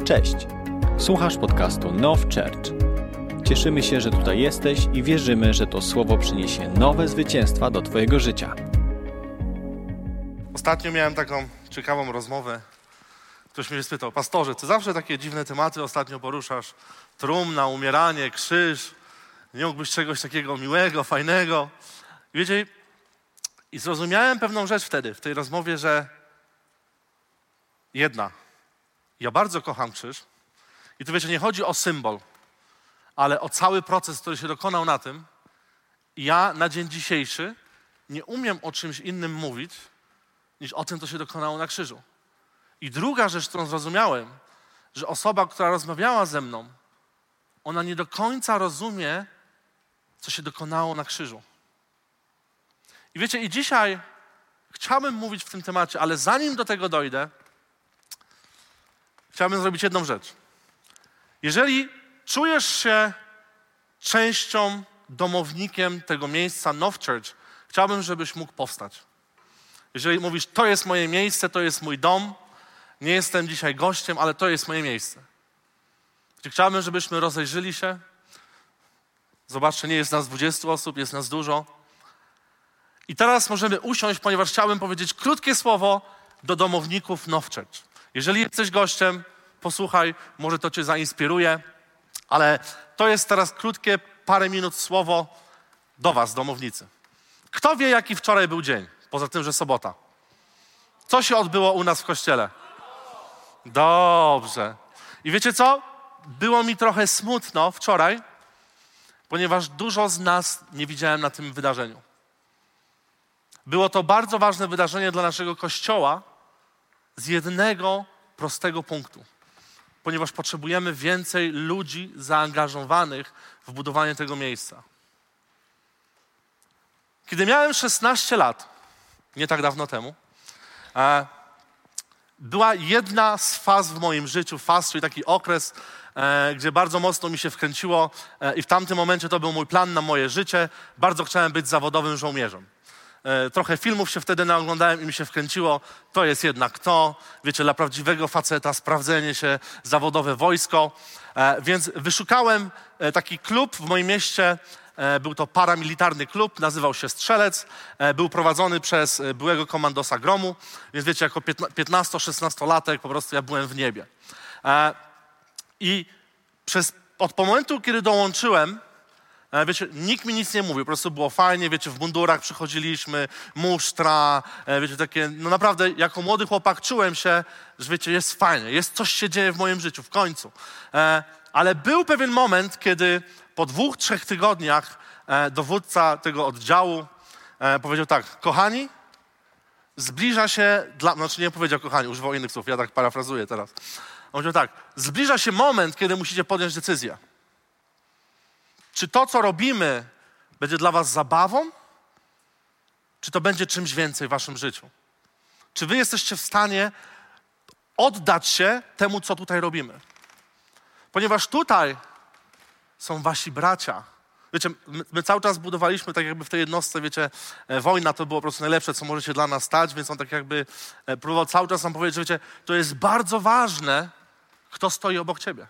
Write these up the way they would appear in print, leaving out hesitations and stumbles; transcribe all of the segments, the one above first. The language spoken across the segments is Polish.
Cześć! Słuchasz podcastu Now Church. Cieszymy się, że tutaj jesteś i wierzymy, że to słowo przyniesie nowe zwycięstwa do Twojego życia. Ostatnio miałem taką ciekawą rozmowę. Ktoś mnie spytał: pastorze, ty zawsze takie dziwne tematy ostatnio poruszasz. Trumna, umieranie, krzyż. Nie mógłbyś czegoś takiego miłego, fajnego. I wiecie, i zrozumiałem pewną rzecz wtedy, w tej rozmowie, że ja bardzo kocham krzyż. I tu wiecie, nie chodzi o symbol, ale o cały proces, który się dokonał na tym. I ja na dzień dzisiejszy nie umiem o czymś innym mówić, niż o tym, co się dokonało na krzyżu. I druga rzecz, którą zrozumiałem, że osoba, która rozmawiała ze mną, ona nie do końca rozumie, co się dokonało na krzyżu. I wiecie, i dzisiaj chciałbym mówić w tym temacie, ale zanim do tego dojdę, chciałbym zrobić jedną rzecz. Jeżeli czujesz się częścią, domownikiem tego miejsca Now Church, chciałbym, żebyś mógł powstać. Jeżeli mówisz, to jest moje miejsce, to jest mój dom, nie jestem dzisiaj gościem, ale to jest moje miejsce. Chciałbym, żebyśmy rozejrzyli się. Zobaczcie, nie jest nas 20 osób, jest nas dużo. I teraz możemy usiąść, ponieważ chciałbym powiedzieć krótkie słowo do domowników Now Church. Jeżeli jesteś gościem, posłuchaj, może to cię zainspiruje, ale to jest teraz krótkie, parę minut słowo do was, domownicy. Kto wie, jaki wczoraj był dzień, poza tym, że sobota? Co się odbyło u nas w kościele? Dobrze. I wiecie co? Było mi trochę smutno wczoraj, ponieważ dużo z nas nie widziałem na tym wydarzeniu. Było to bardzo ważne wydarzenie dla naszego Kościoła z jednego prostego punktu. Ponieważ potrzebujemy więcej ludzi zaangażowanych w budowanie tego miejsca. Kiedy miałem 16 lat, nie tak dawno temu, była jedna z faz w moim życiu, czyli taki okres, gdzie bardzo mocno mi się wkręciło i w tamtym momencie to był mój plan na moje życie. Bardzo chciałem być zawodowym żołnierzem. Trochę filmów się wtedy naoglądałem i mi się wkręciło. To jest jednak to. Wiecie, dla prawdziwego faceta sprawdzenie się, zawodowe wojsko. Więc wyszukałem taki klub w moim mieście. Był to paramilitarny klub, nazywał się Strzelec. Był prowadzony przez byłego komandosa Gromu. Więc wiecie, jako 15-16-latek po prostu ja byłem w niebie. I od momentu, kiedy dołączyłem, wiecie, nikt mi nic nie mówił, po prostu było fajnie, wiecie, w mundurach przychodziliśmy, musztra, wiecie, takie, no naprawdę, jako młody chłopak czułem się, że wiecie, jest fajnie, coś się dzieje w moim życiu, w końcu. Ale był pewien moment, kiedy po 2-3 tygodniach dowódca tego oddziału powiedział tak: kochani, zbliża się, znaczy nie powiedział kochani, używał innych słów, ja tak parafrazuję teraz. On powiedział tak: zbliża się moment, kiedy musicie podjąć decyzję. Czy to, co robimy, będzie dla was zabawą? Czy to będzie czymś więcej w waszym życiu? Czy wy jesteście w stanie oddać się temu, co tutaj robimy? Ponieważ tutaj są wasi bracia. Wiecie, my cały czas budowaliśmy tak jakby w tej jednostce, wiecie, wojna to było po prostu najlepsze, co może się dla nas stać, więc on tak jakby próbował cały czas nam powiedzieć, że wiecie, to jest bardzo ważne, kto stoi obok ciebie.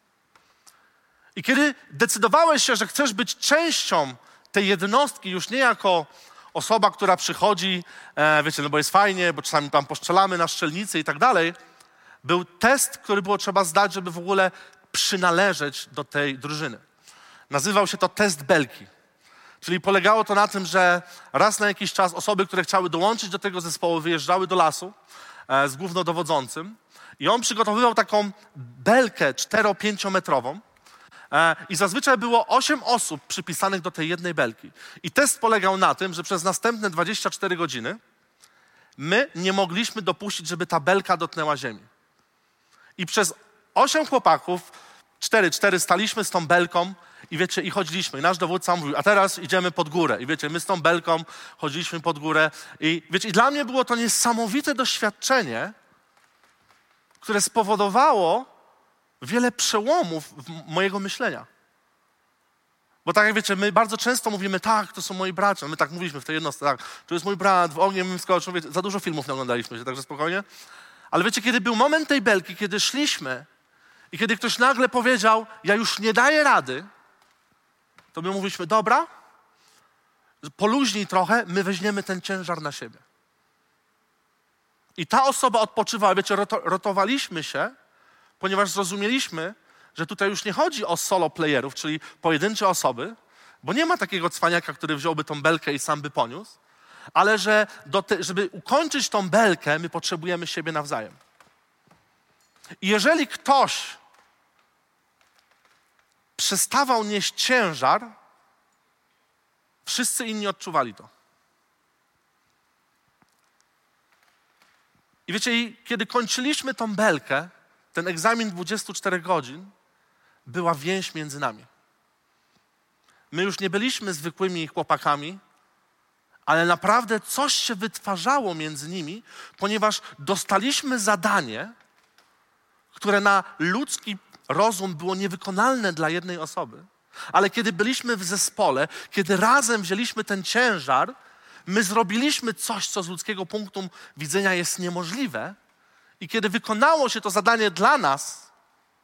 I kiedy decydowałeś się, że chcesz być częścią tej jednostki, już nie jako osoba, która przychodzi, wiecie, no bo jest fajnie, bo czasami tam postrzelamy na strzelnicy i tak dalej, był test, który było trzeba zdać, żeby w ogóle przynależeć do tej drużyny. Nazywał się to test belki. Czyli polegało to na tym, że raz na jakiś czas osoby, które chciały dołączyć do tego zespołu, wyjeżdżały do lasu z głównodowodzącym i on przygotowywał taką belkę 4-5 metrową. I zazwyczaj było 8 osób przypisanych do tej jednej belki. I test polegał na tym, że przez następne 24 godziny my nie mogliśmy dopuścić, żeby ta belka dotknęła ziemi. I przez 8 chłopaków, 4 staliśmy z tą belką i wiecie, i chodziliśmy. I nasz dowódca mówił: a teraz idziemy pod górę. I wiecie, my z tą belką chodziliśmy pod górę. I wiecie, i dla mnie było to niesamowite doświadczenie, które spowodowało wiele przełomów mojego myślenia. Bo tak jak wiecie, my bardzo często mówimy: tak, to są moi bracia. My tak mówiliśmy w tej jednostce: tak, to jest mój brat, w ogniem bym skoczył. Za dużo filmów nie oglądaliśmy się, także spokojnie. Ale wiecie, kiedy był moment tej belki, kiedy szliśmy I kiedy ktoś nagle powiedział, ja już nie daję rady, to my mówiliśmy, dobra, poluźnij trochę, my weźmiemy ten ciężar na siebie. I ta osoba odpoczywała, wiecie, rotowaliśmy się, ponieważ zrozumieliśmy, że tutaj już nie chodzi o solo playerów, czyli pojedyncze osoby, bo nie ma takiego cwaniaka, który wziąłby tą belkę i sam by poniósł, ale że żeby ukończyć tą belkę, my potrzebujemy siebie nawzajem. I jeżeli ktoś przestawał nieść ciężar, wszyscy inni odczuwali to. I wiecie, kiedy kończyliśmy tą belkę, ten egzamin 24 godzin, była więź między nami. My już nie byliśmy zwykłymi chłopakami, ale naprawdę coś się wytwarzało między nimi, ponieważ dostaliśmy zadanie, które na ludzki rozum było niewykonalne dla jednej osoby. Ale kiedy byliśmy w zespole, kiedy razem wzięliśmy ten ciężar, my zrobiliśmy coś, co z ludzkiego punktu widzenia jest niemożliwe. I kiedy wykonało się to zadanie dla nas,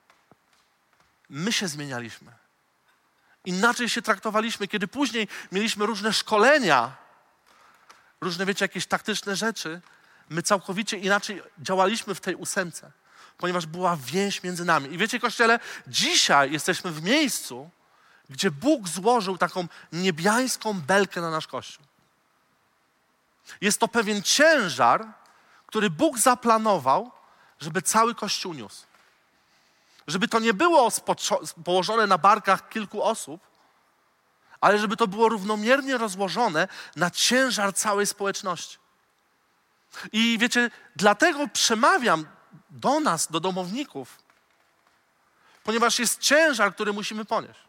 my się zmienialiśmy. Inaczej się traktowaliśmy. Kiedy później mieliśmy różne szkolenia, różne, wiecie, jakieś taktyczne rzeczy, my całkowicie inaczej działaliśmy w tej 8, ponieważ była więź między nami. I wiecie, Kościele, dzisiaj jesteśmy w miejscu, gdzie Bóg złożył taką niebiańską belkę na nasz Kościół. Jest to pewien ciężar, który Bóg zaplanował, żeby cały Kościół niósł. Żeby to nie było położone na barkach kilku osób, ale żeby to było równomiernie rozłożone na ciężar całej społeczności. I wiecie, dlatego przemawiam do nas, do domowników, ponieważ jest ciężar, który musimy ponieść.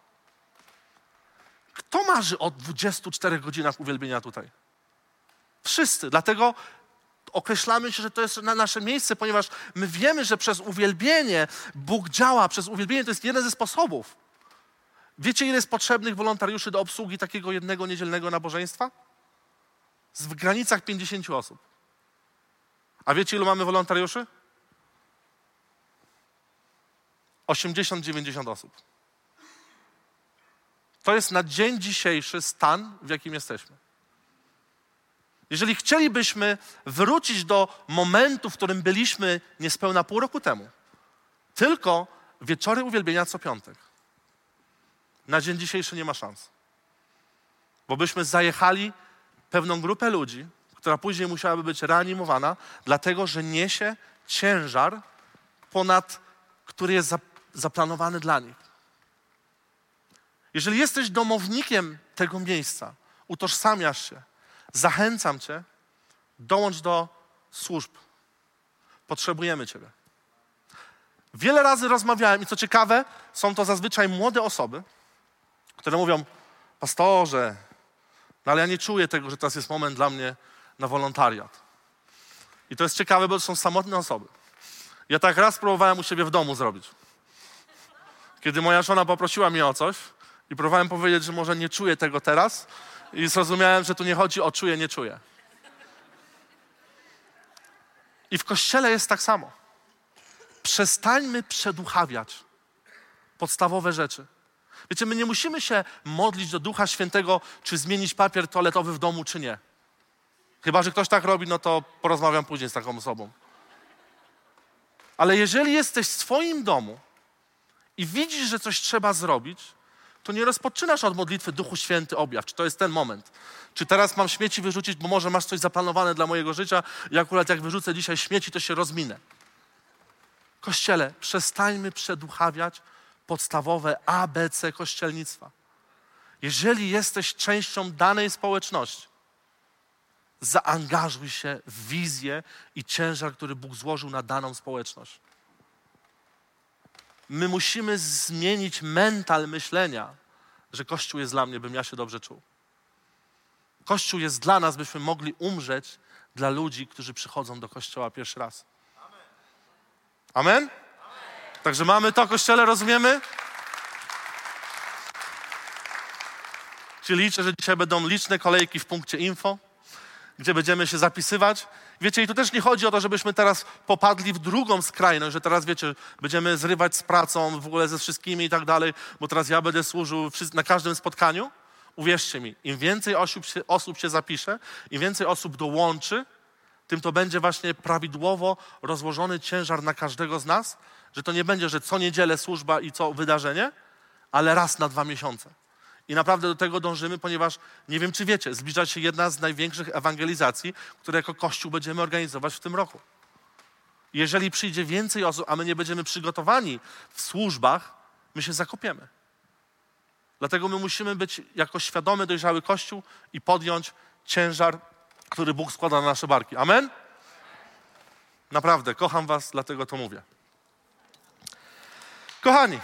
Kto marzy o 24 godzinach uwielbienia tutaj? Wszyscy. Dlatego określamy się, że to jest nasze miejsce, ponieważ my wiemy, że przez uwielbienie Bóg działa. Przez uwielbienie to jest jeden ze sposobów. Wiecie, ile jest potrzebnych wolontariuszy do obsługi takiego jednego niedzielnego nabożeństwa? W granicach 50 osób. A wiecie, ilu mamy wolontariuszy? 80-90 osób. To jest na dzień dzisiejszy stan, w jakim jesteśmy. Jeżeli chcielibyśmy wrócić do momentu, w którym byliśmy niespełna pół roku temu, tylko wieczory uwielbienia co piątek, na dzień dzisiejszy nie ma szans. Bo byśmy zajechali pewną grupę ludzi, która później musiałaby być reanimowana, dlatego że niesie ciężar który jest zaplanowany dla nich. Jeżeli jesteś domownikiem tego miejsca, utożsamiasz się, zachęcam cię, dołącz do służb. Potrzebujemy ciebie. Wiele razy rozmawiałem i co ciekawe, są to zazwyczaj młode osoby, które mówią, pastorze, no ale ja nie czuję tego, że teraz jest moment dla mnie na wolontariat. I to jest ciekawe, bo to są samotne osoby. Ja tak raz próbowałem u siebie w domu zrobić. Kiedy moja żona poprosiła mnie o coś i próbowałem powiedzieć, że może nie czuję tego teraz i zrozumiałem, że tu nie chodzi o czuję, nie czuję. I w Kościele jest tak samo. Przestańmy przeduchawiać podstawowe rzeczy. Wiecie, my nie musimy się modlić do Ducha Świętego, czy zmienić papier toaletowy w domu, czy nie. Chyba że ktoś tak robi, no to porozmawiam później z taką osobą. Ale jeżeli jesteś w swoim domu i widzisz, że coś trzeba zrobić, to nie rozpoczynasz od modlitwy Duchu Święty objaw. Czy to jest ten moment? Czy teraz mam śmieci wyrzucić, bo może masz coś zaplanowane dla mojego życia i akurat jak wyrzucę dzisiaj śmieci, to się rozminę. Kościele, przestańmy przeduchawiać podstawowe ABC kościelnictwa. Jeżeli jesteś częścią danej społeczności, zaangażuj się w wizję i ciężar, który Bóg złożył na daną społeczność. My musimy zmienić mental myślenia, że Kościół jest dla mnie, bym ja się dobrze czuł. Kościół jest dla nas, byśmy mogli umrzeć dla ludzi, którzy przychodzą do Kościoła pierwszy raz. Amen? Także mamy to, Kościele, rozumiemy? Czyli liczę, że dzisiaj będą liczne kolejki w punkcie info. gdzie będziemy się zapisywać. Wiecie, i tu też nie chodzi o to, żebyśmy teraz popadli w drugą skrajność, że teraz, wiecie, będziemy zrywać z pracą, w ogóle ze wszystkimi i tak dalej, bo teraz ja będę służył na każdym spotkaniu. Uwierzcie mi, im więcej osób się zapisze, im więcej osób dołączy, tym to będzie właśnie prawidłowo rozłożony ciężar na każdego z nas, że to nie będzie, że co niedzielę służba i co wydarzenie, ale raz na 2 miesiące. I naprawdę do tego dążymy, ponieważ, nie wiem czy wiecie, zbliża się jedna z największych ewangelizacji, które jako Kościół będziemy organizować w tym roku. Jeżeli przyjdzie więcej osób, a my nie będziemy przygotowani w służbach, my się zakopiemy. Dlatego my musimy być jako świadomy, dojrzały Kościół i podjąć ciężar, który Bóg składa na nasze barki. Amen? Naprawdę, kocham was, dlatego to mówię. Kochani,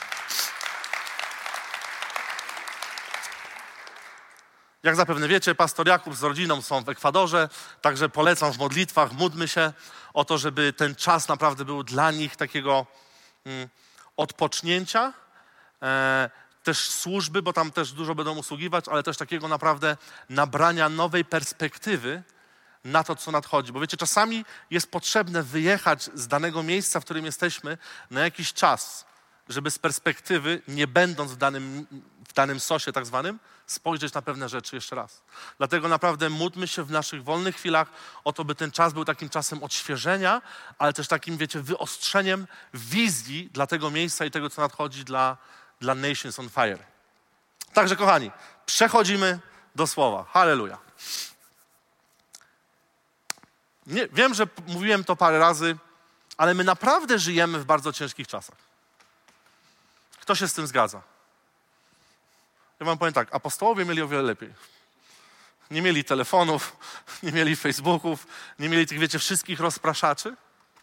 jak zapewne wiecie, pastor Jakub z rodziną są w Ekwadorze, także polecam w modlitwach, módlmy się o to, żeby ten czas naprawdę był dla nich takiego odpocznięcia, też służby, bo tam też dużo będą usługiwać, ale też takiego naprawdę nabrania nowej perspektywy na to, co nadchodzi. Bo wiecie, czasami jest potrzebne wyjechać z danego miejsca, w którym jesteśmy, na jakiś czas, żeby z perspektywy, nie będąc w danym sosie tak zwanym, spojrzeć na pewne rzeczy jeszcze raz. Dlatego naprawdę módlmy się w naszych wolnych chwilach o to, by ten czas był takim czasem odświeżenia, ale też takim, wiecie, wyostrzeniem wizji dla tego miejsca i tego, co nadchodzi dla Nations on Fire. Także, kochani, przechodzimy do słowa. Halleluja. Wiem, że mówiłem to parę razy, ale my naprawdę żyjemy w bardzo ciężkich czasach. Kto się z tym zgadza? Ja wam powiem tak, apostołowie mieli o wiele lepiej. Nie mieli telefonów, nie mieli Facebooków, nie mieli tych, wiecie, wszystkich rozpraszaczy.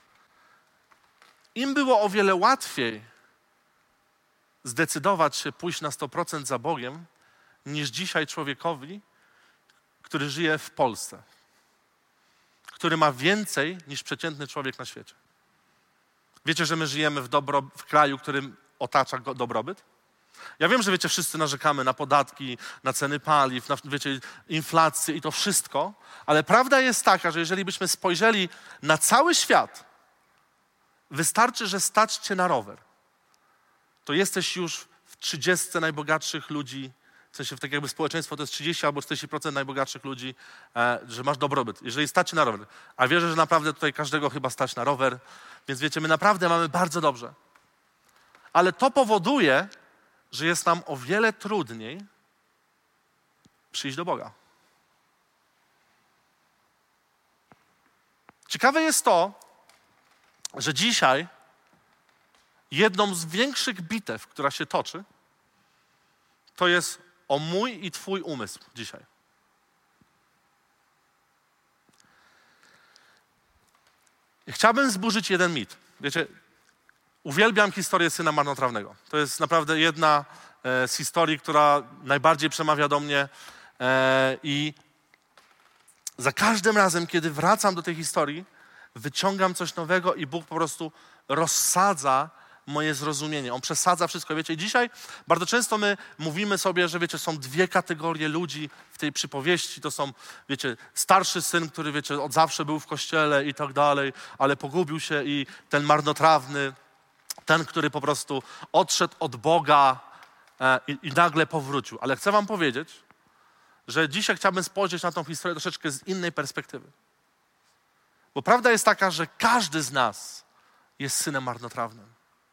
Im było o wiele łatwiej zdecydować się pójść na 100% za Bogiem, niż dzisiaj człowiekowi, który żyje w Polsce, który ma więcej niż przeciętny człowiek na świecie. Wiecie, że my żyjemy w kraju, którym otacza go dobrobyt? Ja wiem, że wiecie, wszyscy narzekamy na podatki, na ceny paliw, na, wiecie, inflację i to wszystko, ale prawda jest taka, że jeżeli byśmy spojrzeli na cały świat, wystarczy, że stać cię na rower, to jesteś już w 30 najbogatszych ludzi, w sensie w tak jakby społeczeństwo to jest 30 albo 40% najbogatszych ludzi, że masz dobrobyt. Jeżeli stać na rower, a wierzę, że naprawdę tutaj każdego chyba stać na rower, więc wiecie, my naprawdę mamy bardzo dobrze. Ale to powoduje, że jest nam o wiele trudniej przyjść do Boga. Ciekawe jest to, że dzisiaj jedną z większych bitew, która się toczy, to jest o mój i twój umysł dzisiaj. Chciałbym zburzyć jeden mit. Wiecie, uwielbiam historię syna marnotrawnego. To jest naprawdę jedna z historii, która najbardziej przemawia do mnie i za każdym razem, kiedy wracam do tej historii, wyciągam coś nowego i Bóg po prostu rozsadza moje zrozumienie. On przesadza wszystko. Wiecie, i dzisiaj bardzo często my mówimy sobie, że wiecie, są dwie kategorie ludzi w tej przypowieści. To są, wiecie, starszy syn, który, wiecie, od zawsze był w kościele i tak dalej, ale pogubił się i ten marnotrawny, ten, który po prostu odszedł od Boga i nagle powrócił. Ale chcę wam powiedzieć, że dzisiaj chciałbym spojrzeć na tą historię troszeczkę z innej perspektywy. Bo prawda jest taka, że każdy z nas jest synem marnotrawnym.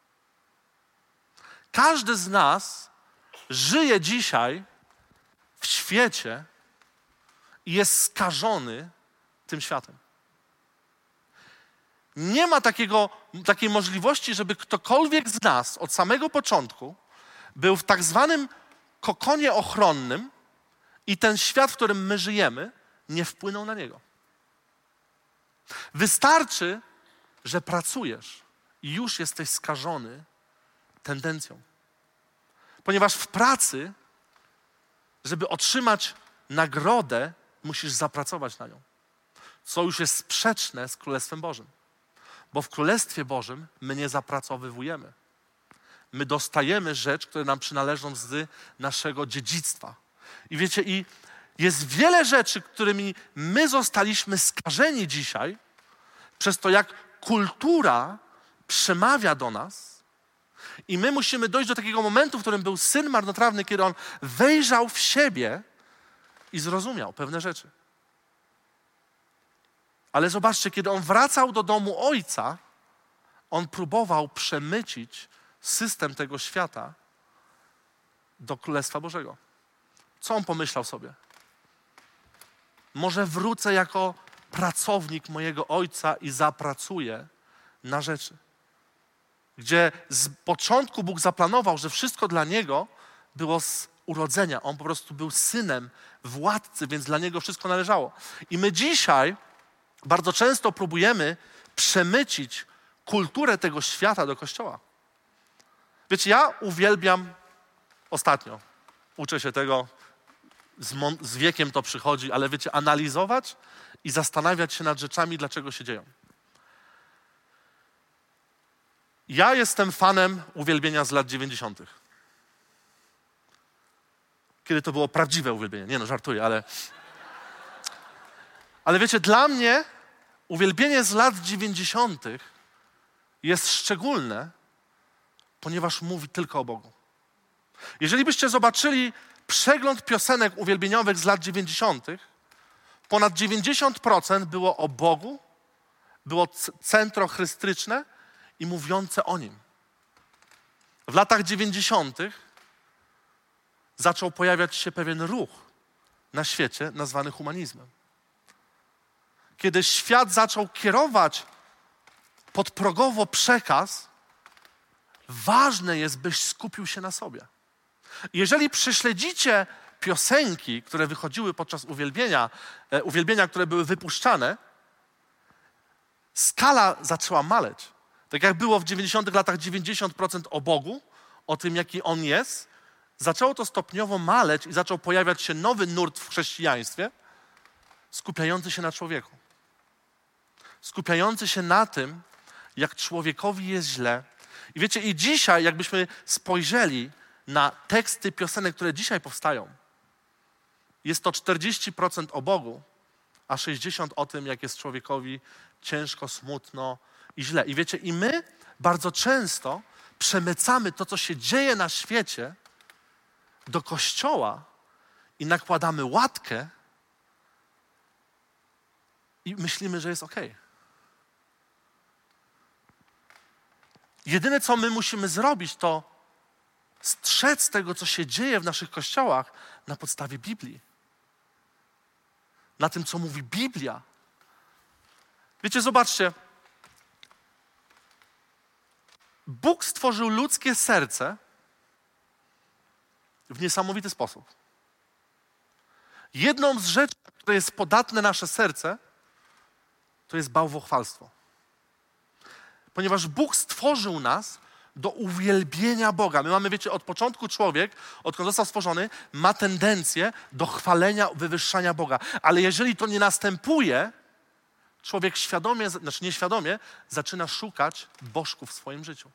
Każdy z nas żyje dzisiaj w świecie i jest skażony tym światem. Nie ma takiej możliwości, żeby ktokolwiek z nas od samego początku był w tak zwanym kokonie ochronnym i ten świat, w którym my żyjemy, nie wpłynął na niego. Wystarczy, że pracujesz i już jesteś skażony tendencją. Ponieważ w pracy, żeby otrzymać nagrodę, musisz zapracować na nią. Co już jest sprzeczne z Królestwem Bożym. Bo w Królestwie Bożym my nie zapracowywujemy. My dostajemy rzeczy, które nam przynależą z naszego dziedzictwa. I wiecie, i Jest wiele rzeczy, którymi my zostaliśmy skażeni dzisiaj, przez to, jak kultura przemawia do nas. I my musimy dojść do takiego momentu, w którym był syn marnotrawny, kiedy on wejrzał w siebie i zrozumiał pewne rzeczy. Ale zobaczcie, kiedy on wracał do domu ojca, on próbował przemycić system tego świata do Królestwa Bożego. Co on pomyślał sobie? Może wrócę jako pracownik mojego ojca i zapracuję na rzeczy. Gdzie z początku Bóg zaplanował, że wszystko dla niego było z urodzenia. On po prostu był synem władcy, więc dla niego wszystko należało. I my dzisiaj bardzo często próbujemy przemycić kulturę tego świata do Kościoła. Wiecie, ja uwielbiam ostatnio, uczę się tego, z wiekiem to przychodzi, ale wiecie, analizować i zastanawiać się nad rzeczami, dlaczego się dzieją. Ja jestem fanem uwielbienia z lat 90. Kiedy to było prawdziwe uwielbienie. Nie no, żartuję, ale wiecie, dla mnie uwielbienie z lat 90. jest szczególne, ponieważ mówi tylko o Bogu. Jeżeli byście zobaczyli przegląd piosenek uwielbieniowych z lat 90., ponad 90% było o Bogu, było centrochrystyczne i mówiące o Nim. W latach 90. zaczął pojawiać się pewien ruch na świecie nazwany humanizmem. Kiedy świat zaczął kierować podprogowo przekaz, ważne jest, byś skupił się na sobie. Jeżeli prześledzicie piosenki, które wychodziły podczas uwielbienia, które były wypuszczane, skala zaczęła maleć. Tak jak było w 90 latach 90% o Bogu, o tym, jaki On jest, zaczęło to stopniowo maleć i zaczął pojawiać się nowy nurt w chrześcijaństwie, skupiający się na człowieku. Skupiający się na tym, jak człowiekowi jest źle. I wiecie, i dzisiaj, jakbyśmy spojrzeli na teksty piosenek, które dzisiaj powstają, jest to 40% o Bogu, a 60% o tym, jak jest człowiekowi ciężko, smutno i źle. I wiecie, i my bardzo często przemycamy to, co się dzieje na świecie, do Kościoła i nakładamy łatkę i myślimy, że jest okej. Jedyne, co my musimy zrobić, to strzec tego, co się dzieje w naszych kościołach na podstawie Biblii. Na tym, co mówi Biblia. Wiecie, zobaczcie. Bóg stworzył ludzkie serce w niesamowity sposób. Jedną z rzeczy, które jest podatne nasze serce, to jest bałwochwalstwo. Ponieważ Bóg stworzył nas do uwielbienia Boga. My mamy, wiecie, od początku człowiek, odkąd został stworzony, ma tendencję do chwalenia, wywyższania Boga. Ale jeżeli to nie następuje, człowiek świadomie, znaczy nieświadomie, zaczyna szukać bożków w swoim życiu.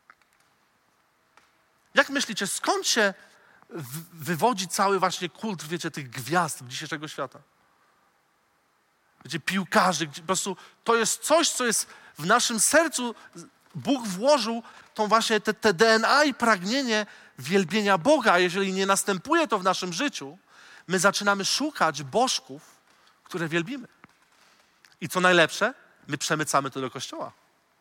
Jak myślicie, skąd się wywodzi cały właśnie kult, wiecie, tych gwiazd dzisiejszego świata? Wiecie, piłkarzy, po prostu to jest coś, co jest w naszym sercu. Bóg włożył tą właśnie te DNA i pragnienie wielbienia Boga, a jeżeli nie następuje to w naszym życiu, my zaczynamy szukać bożków, które wielbimy. I co najlepsze, my przemycamy to do Kościoła.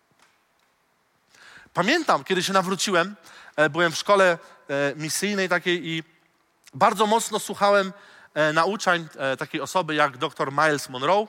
Pamiętam, kiedy się nawróciłem, byłem w szkole misyjnej takiej i bardzo mocno słuchałem nauczań takiej osoby jak dr Miles Monroe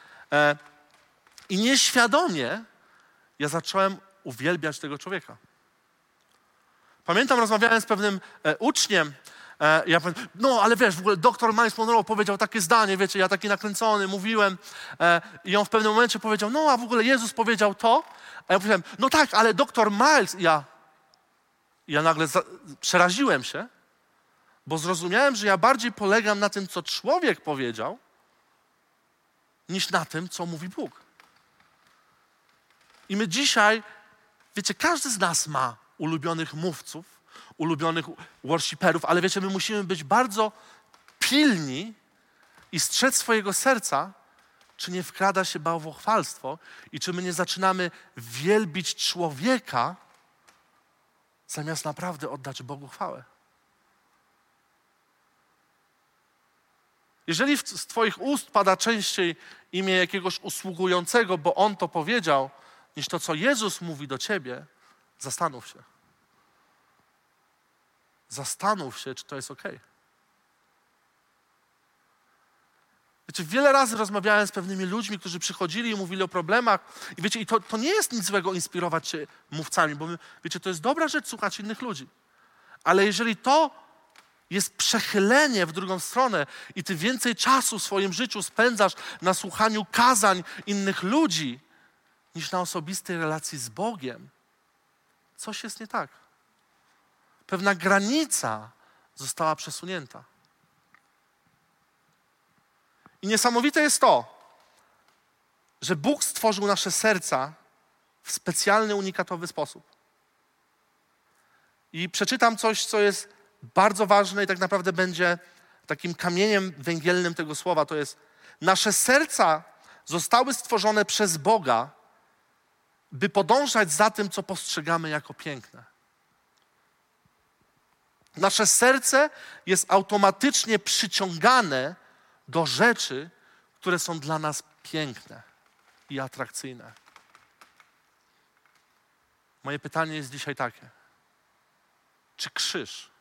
i nieświadomie ja zacząłem uwielbiać tego człowieka. Pamiętam, rozmawiałem z pewnym uczniem, ja powiem, no ale wiesz, w ogóle dr Miles Monroe powiedział takie zdanie, wiecie, ja taki nakręcony, mówiłem i on w pewnym momencie powiedział, no a w ogóle Jezus powiedział to, a ja powiedziałem, no tak, ale dr Miles, ja nagle przeraziłem się, bo zrozumiałem, że ja bardziej polegam na tym, co człowiek powiedział, niż na tym, co mówi Bóg. I my dzisiaj, wiecie, każdy z nas ma ulubionych mówców, ulubionych worshiperów, ale wiecie, my musimy być bardzo pilni i strzec swojego serca, czy nie wkrada się bałwochwalstwo i czy my nie zaczynamy wielbić człowieka, zamiast naprawdę oddać Bogu chwałę. Jeżeli z twoich ust pada częściej imię jakiegoś usługującego, bo on to powiedział, niż to, co Jezus mówi do ciebie, zastanów się. Zastanów się, czy to jest okej. Wiecie, wiele razy rozmawiałem z pewnymi ludźmi, którzy przychodzili i mówili o problemach. I wiecie, to nie jest nic złego inspirować się mówcami, bo wiecie, to jest dobra rzecz słuchać innych ludzi. Ale jeżeli to jest przechylenie w drugą stronę i ty więcej czasu w swoim życiu spędzasz na słuchaniu kazań innych ludzi, niż na osobistej relacji z Bogiem, coś jest nie tak. Pewna granica została przesunięta. I niesamowite jest to, że Bóg stworzył nasze serca w specjalny, unikatowy sposób. I przeczytam coś, co jest bardzo ważne i tak naprawdę będzie takim kamieniem węgielnym tego słowa. To jest: nasze serca zostały stworzone przez Boga, by podążać za tym, co postrzegamy jako piękne. Nasze serce jest automatycznie przyciągane do rzeczy, które są dla nas piękne i atrakcyjne. Moje pytanie jest dzisiaj takie: czy krzyż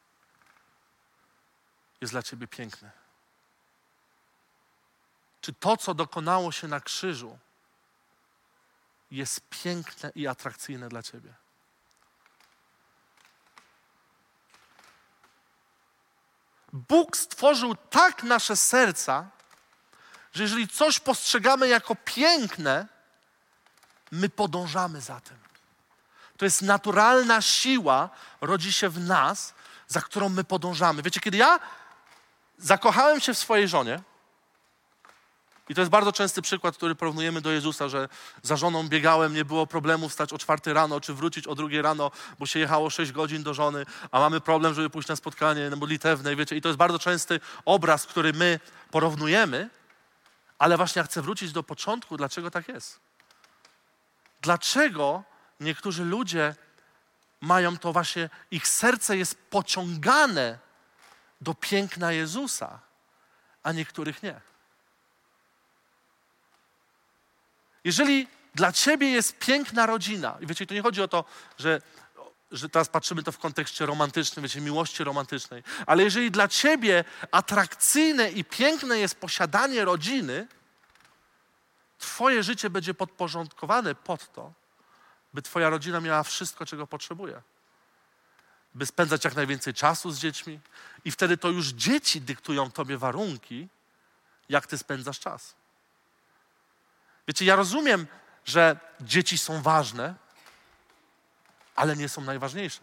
jest dla ciebie piękny? Czy to, co dokonało się na krzyżu, jest piękne i atrakcyjne dla ciebie? Bóg stworzył tak nasze serca, że jeżeli coś postrzegamy jako piękne, my podążamy za tym. To jest naturalna siła, rodzi się w nas, za którą my podążamy. Wiecie, kiedy ja zakochałem się w swojej żonie, i to jest bardzo częsty przykład, który porównujemy do Jezusa, że za żoną biegałem, nie było problemu wstać o 4 rano, czy wrócić o 2 rano, bo się jechało 6 godzin do żony, a mamy problem, żeby pójść na spotkanie modlitewne, wiecie. I to jest bardzo częsty obraz, który my porównujemy, ale właśnie ja chcę wrócić do początku, dlaczego tak jest. Dlaczego niektórzy ludzie mają to właśnie, ich serce jest pociągane do piękna Jezusa, a niektórych nie. Jeżeli dla ciebie jest piękna rodzina, i wiecie, to nie chodzi o to, że teraz patrzymy to w kontekście romantycznym, wiecie, miłości romantycznej, ale jeżeli dla ciebie atrakcyjne i piękne jest posiadanie rodziny, twoje życie będzie podporządkowane pod to, by twoja rodzina miała wszystko, czego potrzebuje. By spędzać jak najwięcej czasu z dziećmi i wtedy to już dzieci dyktują tobie warunki, jak ty spędzasz czas. Wiecie, ja rozumiem, że dzieci są ważne, ale nie są najważniejsze.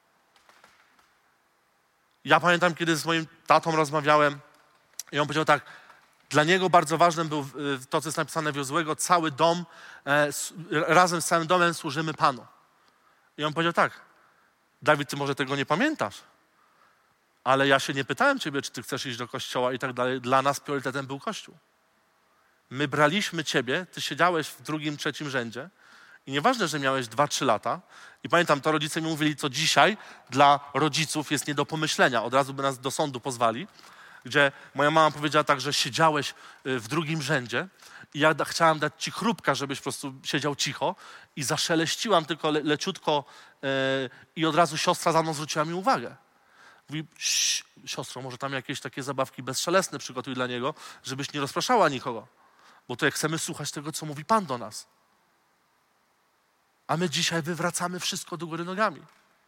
Ja pamiętam, kiedy z moim tatą rozmawiałem i on powiedział tak: dla niego bardzo ważnym był to, co jest napisane w Jozłego: cały dom, razem z całym domem służymy Panu. I on powiedział tak: Dawid, ty może tego nie pamiętasz, ale ja się nie pytałem ciebie, czy ty chcesz iść do kościoła i tak dalej. Dla nas priorytetem był Kościół. My braliśmy ciebie, ty siedziałeś w 2., 3. rzędzie i nieważne, że miałeś 2-3 lata. I pamiętam, to rodzice mi mówili, co dzisiaj dla rodziców jest nie do pomyślenia. Od razu by nas do sądu pozwali, gdzie moja mama powiedziała tak, że siedziałeś w 2. rzędzie i ja chciałam dać ci chrupka, żebyś po prostu siedział cicho i zaszeleściłam tylko leciutko i od razu siostra za mną zwróciła mi uwagę. Mówi: siostro, może tam jakieś takie zabawki bezszelestne przygotuj dla niego, żebyś nie rozpraszała nikogo. Bo to jak chcemy słuchać tego, co mówi Pan do nas. A my dzisiaj wywracamy wszystko do góry nogami.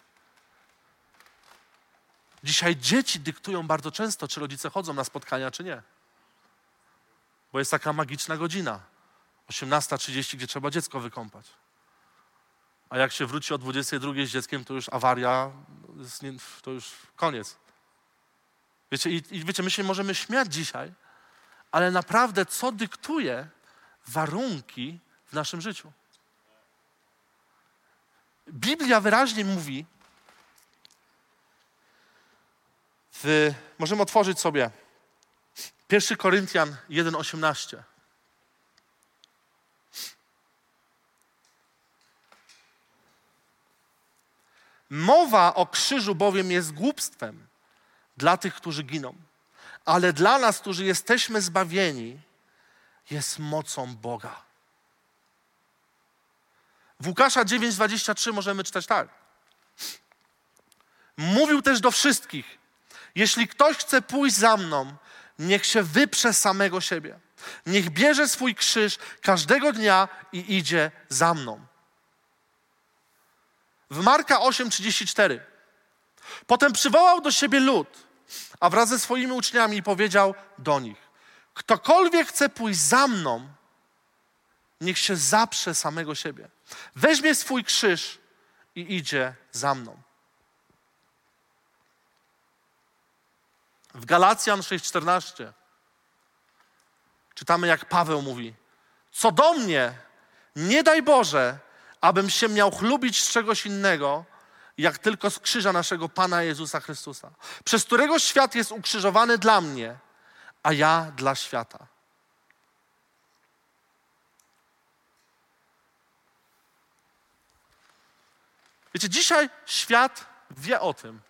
Dzisiaj dzieci dyktują bardzo często, czy rodzice chodzą na spotkania, czy nie. Bo jest taka magiczna godzina. 18:30, gdzie trzeba dziecko wykąpać. A jak się wróci o 22 z dzieckiem, to już awaria, to już koniec. Wiecie, i wiecie, my się możemy śmiać dzisiaj, ale naprawdę co dyktuje warunki w naszym życiu? Biblia wyraźnie mówi, możemy otworzyć sobie 1 Koryntian 1:18. Mowa o krzyżu bowiem jest głupstwem dla tych, którzy giną, ale dla nas, którzy jesteśmy zbawieni, jest mocą Boga. W Łukasza 9:23 możemy czytać tak. Mówił też do wszystkich: jeśli ktoś chce pójść za mną, niech się wyprze samego siebie. Niech bierze swój krzyż każdego dnia i idzie za mną. W Marka 8:34. Potem przywołał do siebie lud, a wraz ze swoimi uczniami powiedział do nich: ktokolwiek chce pójść za mną, niech się zaprze samego siebie. Weźmie swój krzyż i idzie za mną. W Galacjan 6:14 czytamy, jak Paweł mówi: co do mnie, nie daj Boże, abym się miał chlubić z czegoś innego, jak tylko z krzyża naszego Pana Jezusa Chrystusa, przez którego świat jest ukrzyżowany dla mnie, a ja dla świata. Wiecie, dzisiaj świat wie o tym,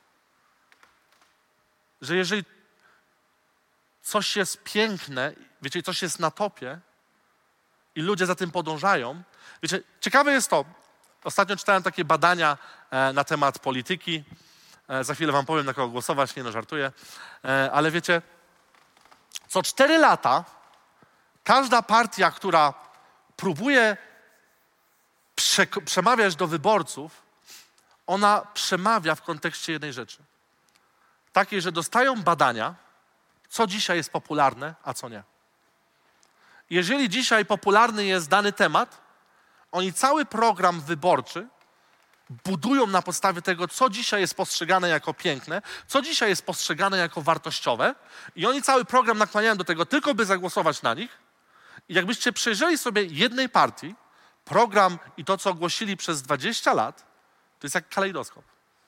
że jeżeli coś jest piękne, wiecie, coś jest na topie i ludzie za tym podążają, wiecie, ciekawe jest to, ostatnio czytałem takie badania na temat polityki, za chwilę wam powiem, na kogo głosować, nie no, żartuję, ale wiecie, co 4 lata każda partia, która próbuje przemawiać do wyborców, ona przemawia w kontekście jednej rzeczy. Takiej, że dostają badania, co dzisiaj jest popularne, a co nie. Jeżeli dzisiaj popularny jest dany temat, oni cały program wyborczy budują na podstawie tego, co dzisiaj jest postrzegane jako piękne, co dzisiaj jest postrzegane jako wartościowe, i oni cały program nakłaniają do tego, tylko by zagłosować na nich. I jakbyście przejrzeli sobie jednej partii, program i to, co ogłosili przez 20 lat, to jest jak kalejdoskop.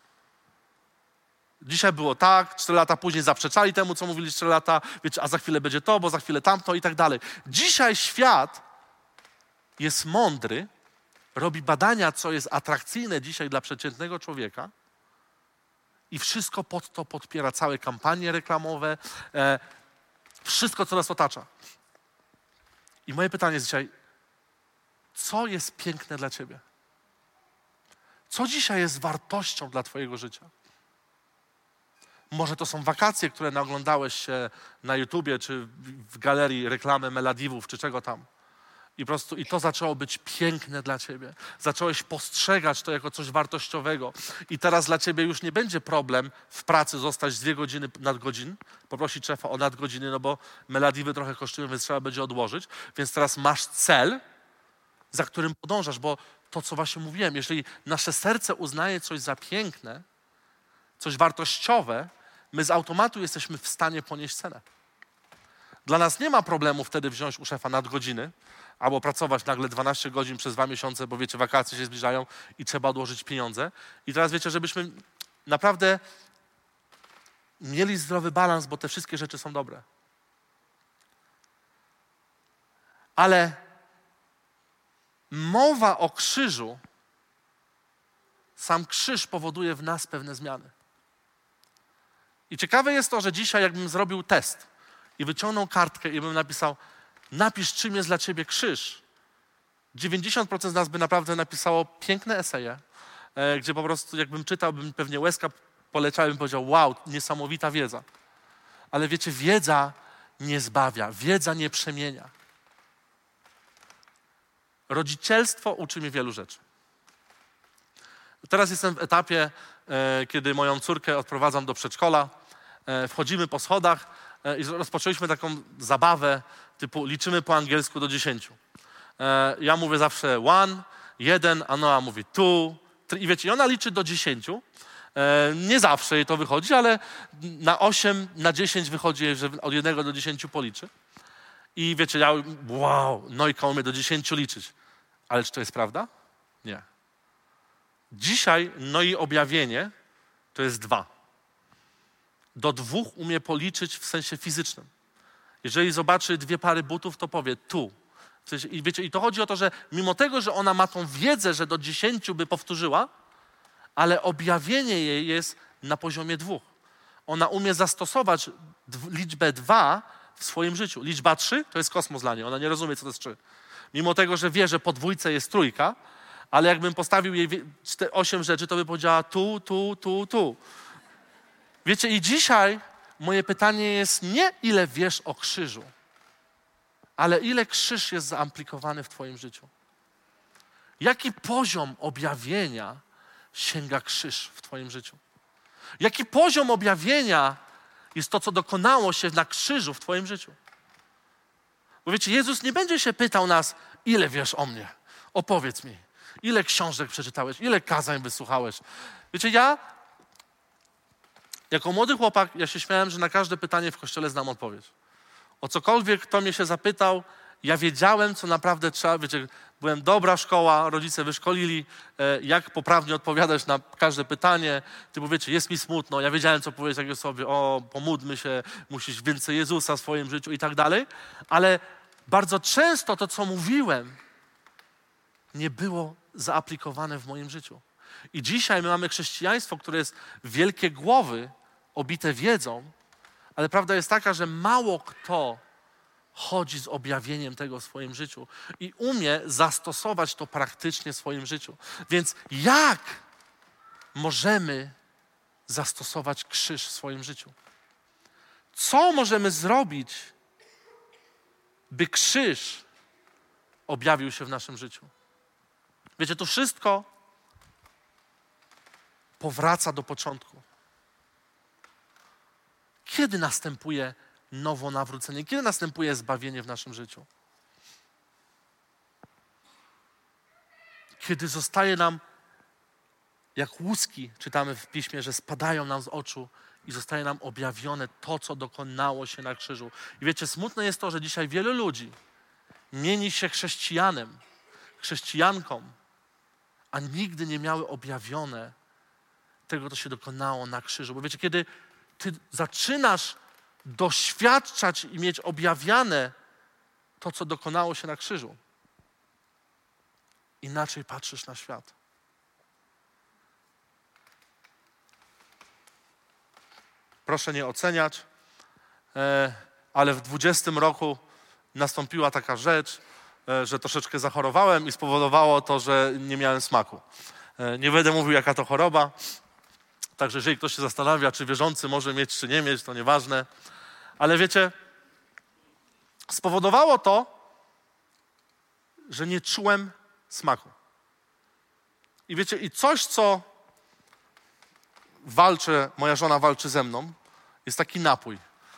Dzisiaj było tak, 4 lata później zaprzeczali temu, co mówili 4 lata, wiecie, a za chwilę będzie to, bo za chwilę tamto i tak dalej. Dzisiaj świat jest mądry, robi badania, co jest atrakcyjne dzisiaj dla przeciętnego człowieka i wszystko pod to podpiera, całe kampanie reklamowe, wszystko, co nas otacza. I moje pytanie jest dzisiaj, co jest piękne dla ciebie? Co dzisiaj jest wartością dla twojego życia? Może to są wakacje, które naoglądałeś się na YouTubie, czy w galerii reklamy Meladiwów, czy czego tam. I po prostu i to zaczęło być piękne dla ciebie. Zacząłeś postrzegać to jako coś wartościowego. I teraz dla ciebie już nie będzie problem w pracy zostać 2 godziny nadgodzin, poprosić szefa o nadgodziny, no bo Meladiwy trochę kosztują, więc trzeba będzie odłożyć. Więc teraz masz cel, za którym podążasz, bo to, co właśnie mówiłem, jeżeli nasze serce uznaje coś za piękne, coś wartościowe, my z automatu jesteśmy w stanie ponieść cenę. Dla nas nie ma problemu wtedy wziąć u szefa nadgodziny albo pracować nagle 12 godzin przez 2 miesiące, bo wiecie, wakacje się zbliżają i trzeba odłożyć pieniądze. I teraz wiecie, żebyśmy naprawdę mieli zdrowy balans, bo te wszystkie rzeczy są dobre. Ale mowa o krzyżu, sam krzyż powoduje w nas pewne zmiany. I ciekawe jest to, że dzisiaj jakbym zrobił test i wyciągnął kartkę i bym napisał, napisz, czym jest dla ciebie krzyż. 90% z nas by naprawdę napisało piękne eseje, gdzie po prostu jakbym czytał, bym pewnie łezka poleciała i bym powiedział, wow, niesamowita wiedza. Ale wiecie, wiedza nie zbawia, wiedza nie przemienia. Rodzicielstwo uczy mnie wielu rzeczy. Teraz jestem w etapie, kiedy moją córkę odprowadzam do przedszkola. Wchodzimy po schodach i rozpoczęliśmy taką zabawę typu liczymy po angielsku do 10. Ja mówię zawsze 1, a Noa mówi 2, 3. I wiecie, i ona liczy do 10. Nie zawsze jej to wychodzi, ale na 8, na 10 wychodzi jej, że od 1 do 10 policzy. I wiecie, ja wow, Nojka umie do 10 liczyć. Ale czy to jest prawda? Nie. Dzisiaj Noi objawienie to jest 2. Do 2 umie policzyć w sensie fizycznym. Jeżeli zobaczy 2 pary butów, to powie tu. I wiecie, i to chodzi o to, że mimo tego, że ona ma tą wiedzę, że do 10 by powtórzyła, ale objawienie jej jest na poziomie 2. Ona umie zastosować liczbę 2 w swoim życiu. Liczba 3 to jest kosmos dla niej. Ona nie rozumie, co to jest 3. Mimo tego, że wie, że po 2 jest 3, ale jakbym postawił jej 8 rzeczy, to by powiedziała tu. Wiecie, i dzisiaj moje pytanie jest nie ile wiesz o krzyżu, ale ile krzyż jest zaamplikowany w twoim życiu. Jaki poziom objawienia sięga krzyż w twoim życiu? Jaki poziom objawienia jest to, co dokonało się na krzyżu w twoim życiu? Bo wiecie, Jezus nie będzie się pytał nas, ile wiesz o mnie? Opowiedz mi. Ile książek przeczytałeś? Ile kazań wysłuchałeś? Wiecie, ja jako młody chłopak, ja się śmiałem, że na każde pytanie w kościele znam odpowiedź. O cokolwiek kto mnie się zapytał, ja wiedziałem, co naprawdę trzeba. Wiecie, byłem dobra szkoła, rodzice wyszkolili, jak poprawnie odpowiadać na każde pytanie. Typu, wiecie, jest mi smutno, ja wiedziałem, co powiedzieć takiej osobie, pomódlmy się, musisz więcej Jezusa w swoim życiu i tak dalej. Ale bardzo często to, co mówiłem, nie było zaaplikowane w moim życiu. I dzisiaj my mamy chrześcijaństwo, które jest wielkie głowy, obite wiedzą, ale prawda jest taka, że mało kto chodzi z objawieniem tego w swoim życiu i umie zastosować to praktycznie w swoim życiu. Więc jak możemy zastosować krzyż w swoim życiu? Co możemy zrobić, by krzyż objawił się w naszym życiu? Wiecie, to wszystko powraca do początku. Kiedy następuje nowonawrócenie? Kiedy następuje zbawienie w naszym życiu? Kiedy zostaje nam, jak łuski, czytamy w Piśmie, że spadają nam z oczu i zostaje nam objawione to, co dokonało się na krzyżu. I wiecie, smutne jest to, że dzisiaj wielu ludzi mieni się chrześcijanem, chrześcijanką, a nigdy nie miały objawione tego, co się dokonało na krzyżu. Bo wiecie, kiedy ty zaczynasz doświadczać i mieć objawiane to, co dokonało się na krzyżu, inaczej patrzysz na świat. Proszę nie oceniać, ale w 20 roku nastąpiła taka rzecz, że troszeczkę zachorowałem i spowodowało to, że nie miałem smaku. Nie będę mówił, jaka to choroba, także jeżeli ktoś się zastanawia, czy wierzący może mieć, czy nie mieć, to nieważne. Ale wiecie, spowodowało to, że nie czułem smaku. I wiecie, i coś, co moja żona walczy ze mną, jest taki napój.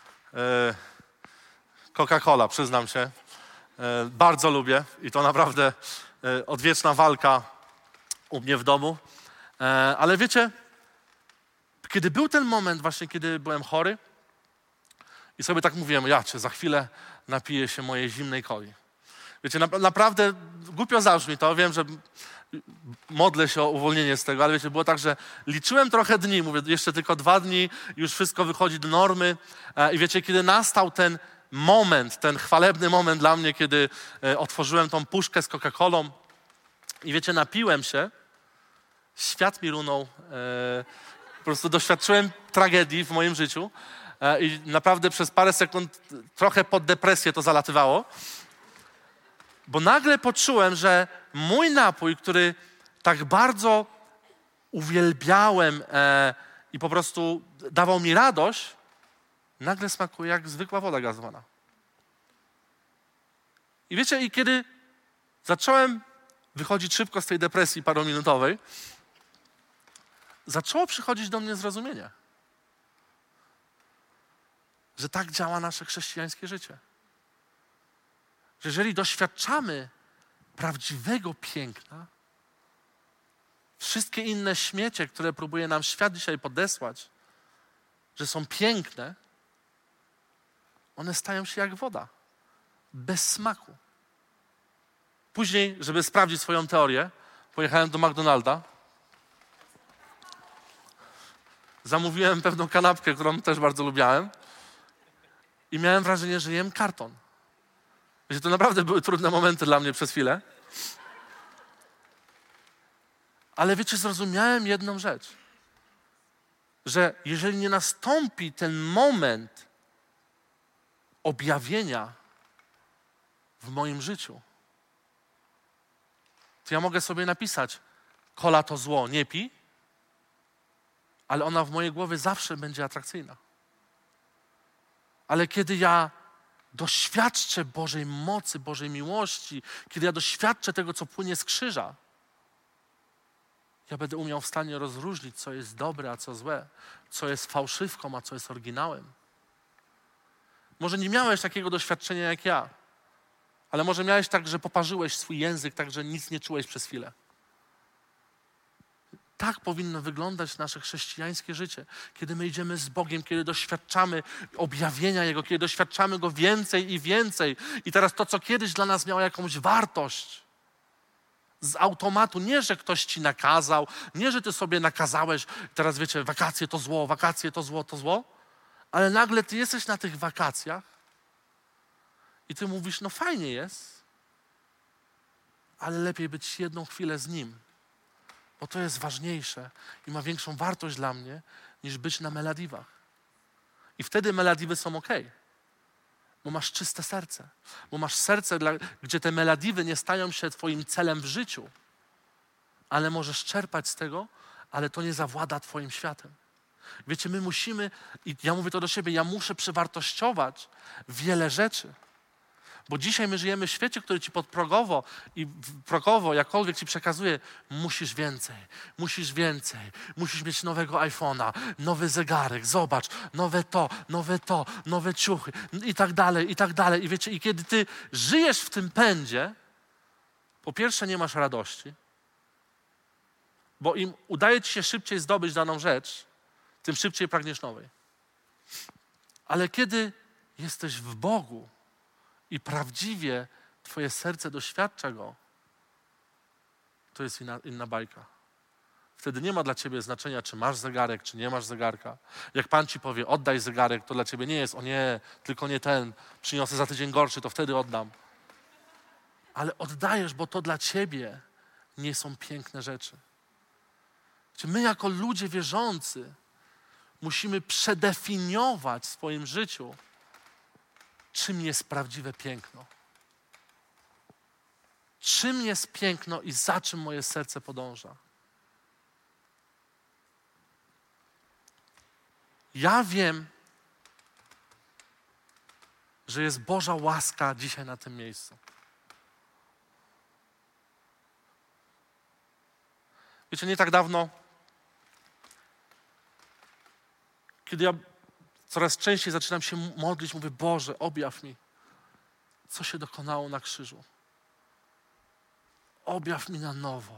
Coca-Cola, przyznam się. Bardzo lubię i to naprawdę odwieczna walka u mnie w domu. Ale wiecie, kiedy był ten moment właśnie, kiedy byłem chory i sobie tak mówiłem, za chwilę napiję się mojej zimnej coli. Wiecie, naprawdę głupio zabrzmi to, wiem, że modlę się o uwolnienie z tego, ale wiecie, było tak, że liczyłem trochę dni, mówię, jeszcze tylko 2 dni, już wszystko wychodzi do normy i wiecie, kiedy nastał ten moment, ten chwalebny moment dla mnie, kiedy otworzyłem tą puszkę z Coca-Colą i wiecie, napiłem się, świat mi runął, po prostu doświadczyłem tragedii w moim życiu i naprawdę przez parę sekund trochę pod depresję to zalatywało, bo nagle poczułem, że mój napój, który tak bardzo uwielbiałem i po prostu dawał mi radość, nagle smakuje jak zwykła woda gazowana. I wiecie, i kiedy zacząłem wychodzić szybko z tej depresji parominutowej, zaczęło przychodzić do mnie zrozumienie, że tak działa nasze chrześcijańskie życie. Że jeżeli doświadczamy prawdziwego piękna, wszystkie inne śmiecie, które próbuje nam świat dzisiaj podesłać, że są piękne, one stają się jak woda, bez smaku. Później, żeby sprawdzić swoją teorię, pojechałem do McDonalda, zamówiłem pewną kanapkę, którą też bardzo lubiałem i miałem wrażenie, że jem karton. Wiecie, to naprawdę były trudne momenty dla mnie przez chwilę. Ale wiecie, zrozumiałem jedną rzecz, że jeżeli nie nastąpi ten moment objawienia w moim życiu, to ja mogę sobie napisać, kola to zło, nie pij, ale ona w mojej głowie zawsze będzie atrakcyjna. Ale kiedy ja doświadczę Bożej mocy, Bożej miłości, kiedy ja doświadczę tego, co płynie z krzyża, ja będę umiał w stanie rozróżnić, co jest dobre, a co złe, co jest fałszywką, a co jest oryginałem. Może nie miałeś takiego doświadczenia jak ja, ale może miałeś tak, że poparzyłeś swój język, tak, że nic nie czułeś przez chwilę. Tak powinno wyglądać nasze chrześcijańskie życie. Kiedy my idziemy z Bogiem, kiedy doświadczamy objawienia Jego, kiedy doświadczamy Go więcej i więcej. I teraz to, co kiedyś dla nas miało jakąś wartość, z automatu, nie, że ktoś ci nakazał, nie, że ty sobie nakazałeś, teraz wiecie, wakacje to zło, wakacje to zło, to zło, ale nagle ty jesteś na tych wakacjach i ty mówisz, no fajnie jest, ale lepiej być jedną chwilę z Nim, bo to jest ważniejsze i ma większą wartość dla mnie, niż być na Malediwach. I wtedy Malediwy są okej, bo masz czyste serce, bo masz serce, gdzie te Malediwy nie stają się twoim celem w życiu, ale możesz czerpać z tego, ale to nie zawłada twoim światem. Wiecie, my musimy, i ja mówię to do siebie, ja muszę przewartościować wiele rzeczy. Bo dzisiaj my żyjemy w świecie, który ci podprogowo i progowo, jakkolwiek ci przekazuje, musisz więcej, musisz mieć nowego iPhone'a, nowy zegarek, zobacz, nowe ciuchy i tak dalej, i tak dalej. I wiecie, i kiedy ty żyjesz w tym pędzie, po pierwsze nie masz radości, bo im udaje ci się szybciej zdobyć daną rzecz, tym szybciej pragniesz nowej. Ale kiedy jesteś w Bogu i prawdziwie twoje serce doświadcza Go, to jest inna bajka. Wtedy nie ma dla ciebie znaczenia, czy masz zegarek, czy nie masz zegarka. Jak Pan ci powie, oddaj zegarek, to dla ciebie nie jest, o nie, tylko nie ten, przyniosę za tydzień gorszy, to wtedy oddam. Ale oddajesz, bo to dla ciebie nie są piękne rzeczy. My jako ludzie wierzący musimy przedefiniować w swoim życiu, czym jest prawdziwe piękno. Czym jest piękno i za czym moje serce podąża. Ja wiem, że jest Boża łaska dzisiaj na tym miejscu. Wiecie, nie tak dawno, kiedy ja coraz częściej zaczynam się modlić, mówię, Boże, objaw mi, co się dokonało na krzyżu. Objaw mi na nowo.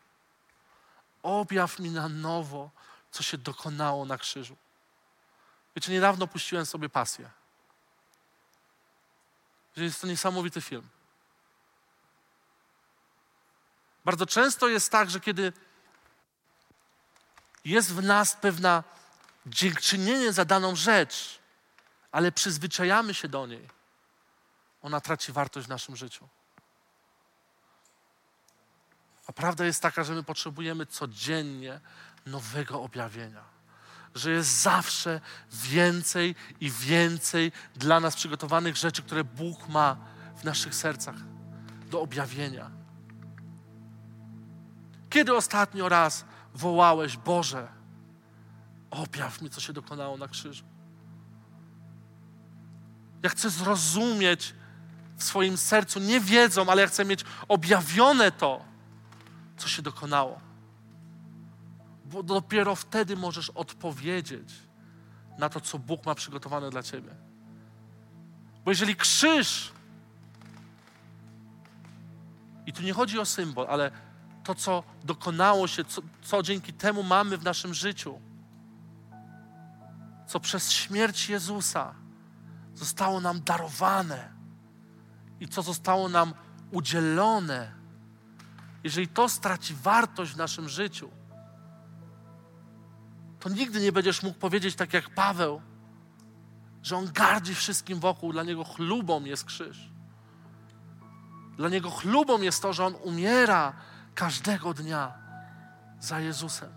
Objaw mi na nowo, co się dokonało na krzyżu. Wiecie, niedawno puściłem sobie Pasję. Jest to niesamowity film. Bardzo często jest tak, że kiedy jest w nas pewna dziękczynienie za daną rzecz, ale przyzwyczajamy się do niej, ona traci wartość w naszym życiu. A prawda jest taka, że my potrzebujemy codziennie nowego objawienia. Że jest zawsze więcej i więcej dla nas przygotowanych rzeczy, które Bóg ma w naszych sercach do objawienia. Kiedy ostatnio raz wołałeś, Boże, objaw mi, co się dokonało na krzyżu? Ja chcę zrozumieć w swoim sercu, nie wiedzą, ale ja chcę mieć objawione to, co się dokonało. Bo dopiero wtedy możesz odpowiedzieć na to, co Bóg ma przygotowane dla ciebie. Bo jeżeli krzyż, i tu nie chodzi o symbol, ale to, co dokonało się, co dzięki temu mamy w naszym życiu, co przez śmierć Jezusa zostało nam darowane i co zostało nam udzielone, jeżeli to straci wartość w naszym życiu, to nigdy nie będziesz mógł powiedzieć tak jak Paweł, że On gardzi wszystkim wokół. Dla Niego chlubą jest krzyż. Dla Niego chlubą jest to, że On umiera każdego dnia za Jezusem.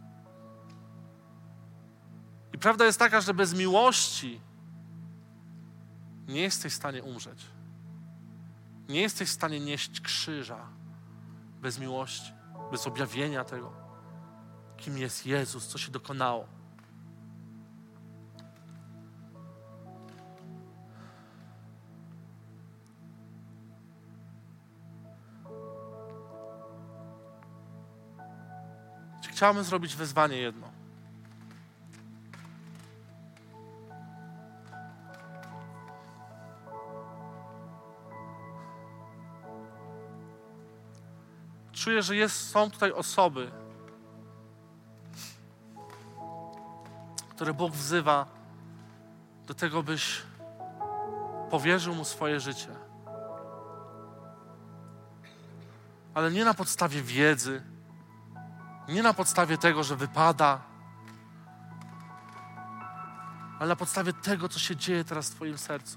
I prawda jest taka, że bez miłości nie jesteś w stanie umrzeć. Nie jesteś w stanie nieść krzyża bez miłości, bez objawienia tego, kim jest Jezus, co się dokonało. Chciałbym zrobić wezwanie jedno. Czuję, że są tutaj osoby, które Bóg wzywa do tego, byś powierzył Mu swoje życie. Ale nie na podstawie wiedzy, nie na podstawie tego, że wypada, ale na podstawie tego, co się dzieje teraz w Twoim sercu.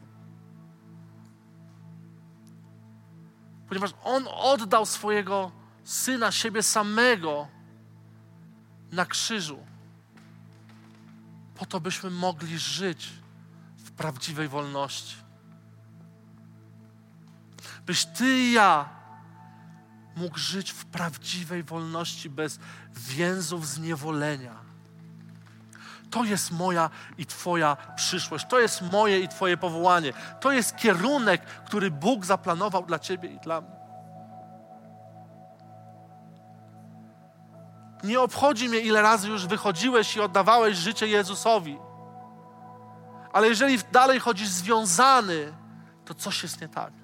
Ponieważ On oddał swojego Syna, siebie samego na krzyżu, po to, byśmy mogli żyć w prawdziwej wolności. Byś Ty i ja mógł żyć w prawdziwej wolności bez więzów zniewolenia. To jest moja i Twoja przyszłość. To jest moje i Twoje powołanie. To jest kierunek, który Bóg zaplanował dla Ciebie i dla mnie. Nie obchodzi mnie, ile razy już wychodziłeś i oddawałeś życie Jezusowi. Ale jeżeli dalej chodzisz związany, to coś jest nie tak.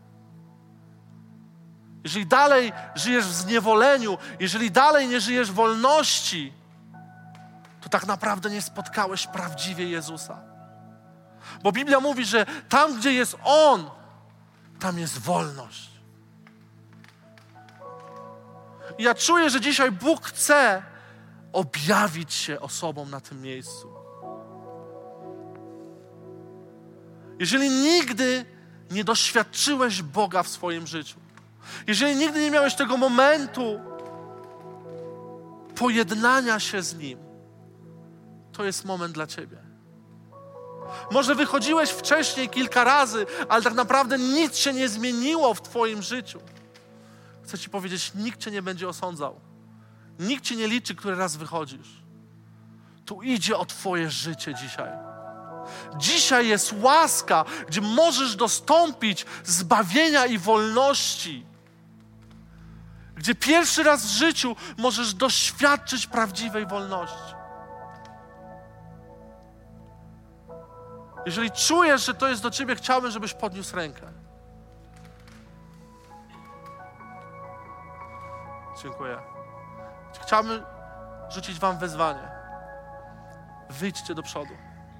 Jeżeli dalej żyjesz w zniewoleniu, jeżeli dalej nie żyjesz w wolności, to tak naprawdę nie spotkałeś prawdziwie Jezusa. Bo Biblia mówi, że tam, gdzie jest On, tam jest wolność. I ja czuję, że dzisiaj Bóg chce objawić się osobom na tym miejscu. Jeżeli nigdy nie doświadczyłeś Boga w swoim życiu, jeżeli nigdy nie miałeś tego momentu pojednania się z Nim, to jest moment dla Ciebie. Może wychodziłeś wcześniej kilka razy, ale tak naprawdę nic się nie zmieniło w Twoim życiu. Chcę Ci powiedzieć, nikt Cię nie będzie osądzał. Nikt Cię nie liczy, który raz wychodzisz. Tu idzie o Twoje życie dzisiaj. Dzisiaj jest łaska, gdzie możesz dostąpić zbawienia i wolności. Gdzie pierwszy raz w życiu możesz doświadczyć prawdziwej wolności. Jeżeli czujesz, że to jest do Ciebie, chciałbym, żebyś podniósł rękę. Dziękuję. Chciałbym rzucić Wam wezwanie. Wyjdźcie do przodu.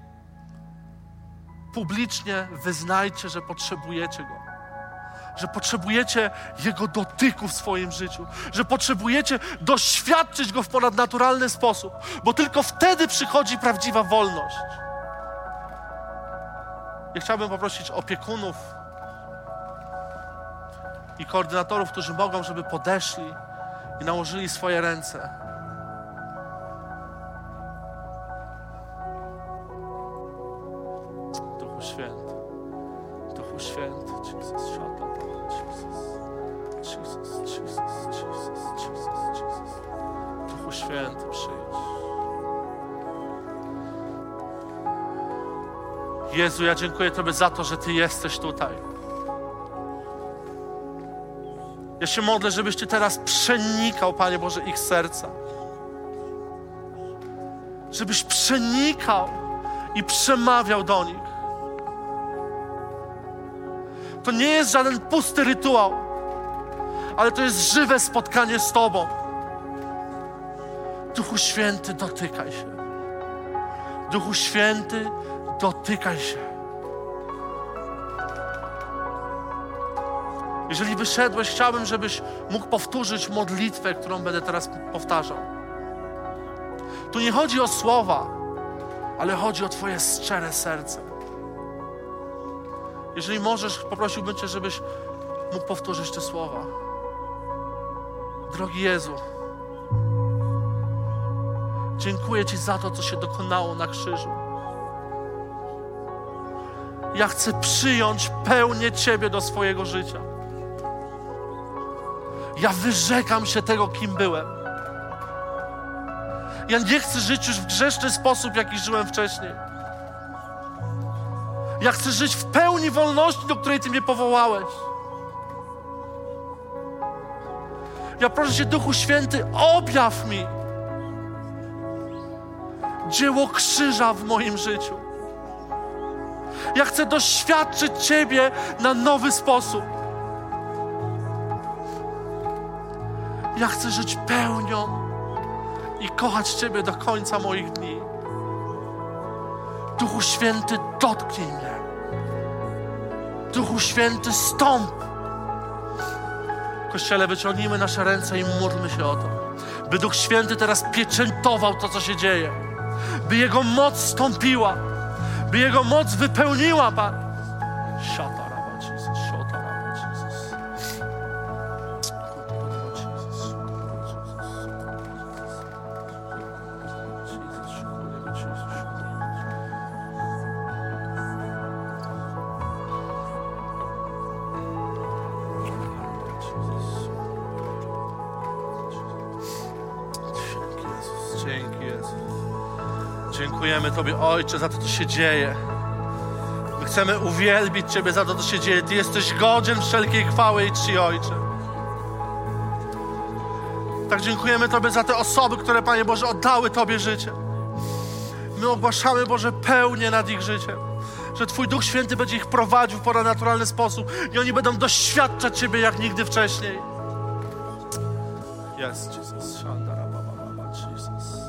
Publicznie wyznajcie, że potrzebujecie Go. Że potrzebujecie Jego dotyku w swoim życiu. Że potrzebujecie doświadczyć Go w ponadnaturalny sposób. Bo tylko wtedy przychodzi prawdziwa wolność. Ja chciałbym poprosić opiekunów i koordynatorów, którzy mogą, żeby podeszli i nałożyli swoje ręce. Duchu Święty, Duchu Święty, Jesus, Jesus. Duchu Święty, przyjdź. Jezu, ja dziękuję Tobie za to, że Ty jesteś tutaj. Ja się modlę, żebyś Ty teraz przenikał, Panie Boże, ich serca. Żebyś przenikał i przemawiał do nich. To nie jest żaden pusty rytuał, ale to jest żywe spotkanie z Tobą. Duchu Święty, dotykaj się. Duchu Święty, dotykaj się. Jeżeli wyszedłeś, chciałbym, żebyś mógł powtórzyć modlitwę, którą będę teraz powtarzał. Tu nie chodzi o słowa, ale chodzi o Twoje szczere serce. Jeżeli możesz, poprosiłbym Cię, żebyś mógł powtórzyć te słowa. Drogi Jezu, dziękuję Ci za to, co się dokonało na krzyżu. Ja chcę przyjąć pełnię Ciebie do swojego życia. Ja wyrzekam się tego, kim byłem. Ja nie chcę żyć już w grzeszny sposób, jaki żyłem wcześniej. Ja chcę żyć w pełni wolności, do której Ty mnie powołałeś. Ja proszę Cię, Duchu Święty, objaw mi dzieło krzyża w moim życiu. Ja chcę doświadczyć Ciebie na nowy sposób. Ja chcę żyć pełnią i kochać Ciebie do końca moich dni. Duchu Święty, dotknij mnie. Duchu Święty, stąp. Kościele, wyciągnijmy nasze ręce i módlmy się o to, by Duch Święty teraz pieczętował to, co się dzieje. By Jego moc stąpiła, by Jego moc wypełniła, Pan. Siataraba, Jezus, siataraba, Jezus. Dzięki, Jezu. Dziękujemy Tobie, Ojcze, za to, co się dzieje. My chcemy uwielbić Ciebie za to, co się dzieje. Ty jesteś godzien wszelkiej chwały i czci, Ojcze. Tak dziękujemy Tobie za te osoby, które, Panie Boże, oddały Tobie życie. My ogłaszamy, Boże, pełnię nad ich życiem. Że Twój Duch Święty będzie ich prowadził w ponadnaturalny sposób i oni będą doświadczać Ciebie jak nigdy wcześniej. Jest, Jezus. Jesus.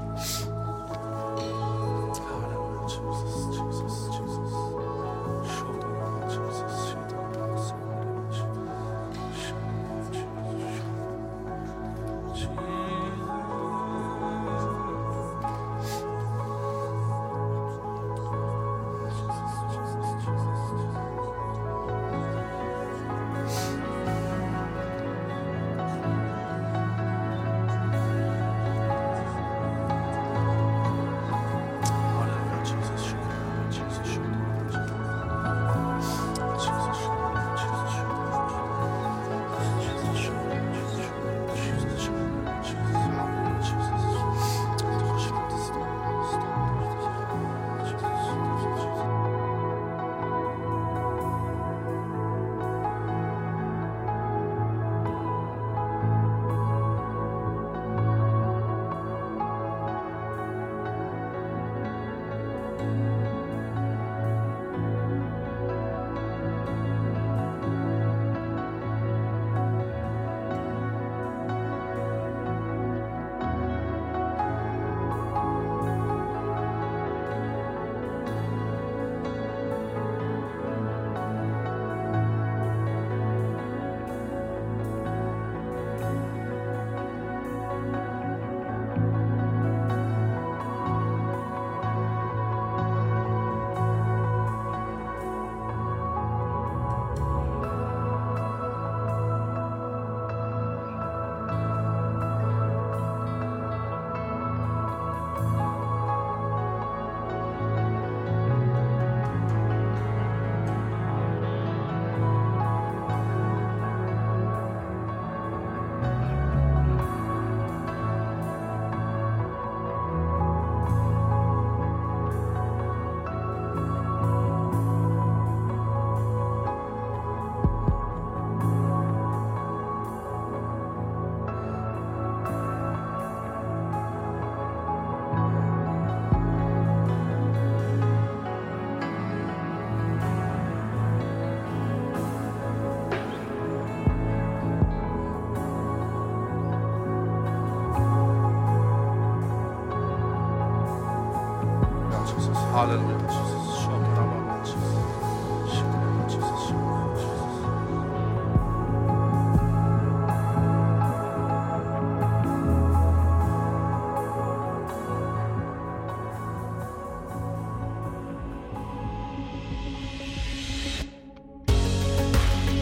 Hallelujah, Jesus. Shout-out, Jesus. Shout-out, Jesus. Shout-out, Jesus.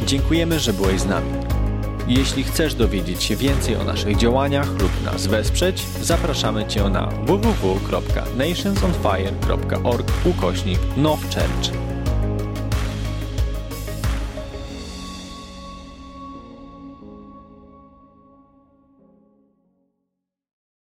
Dziękujemy, że byłeś z nami. Jeśli chcesz dowiedzieć się więcej o naszych działaniach lub nas wesprzeć, zapraszamy Cię na www.nationsonfire.org/nowchurch.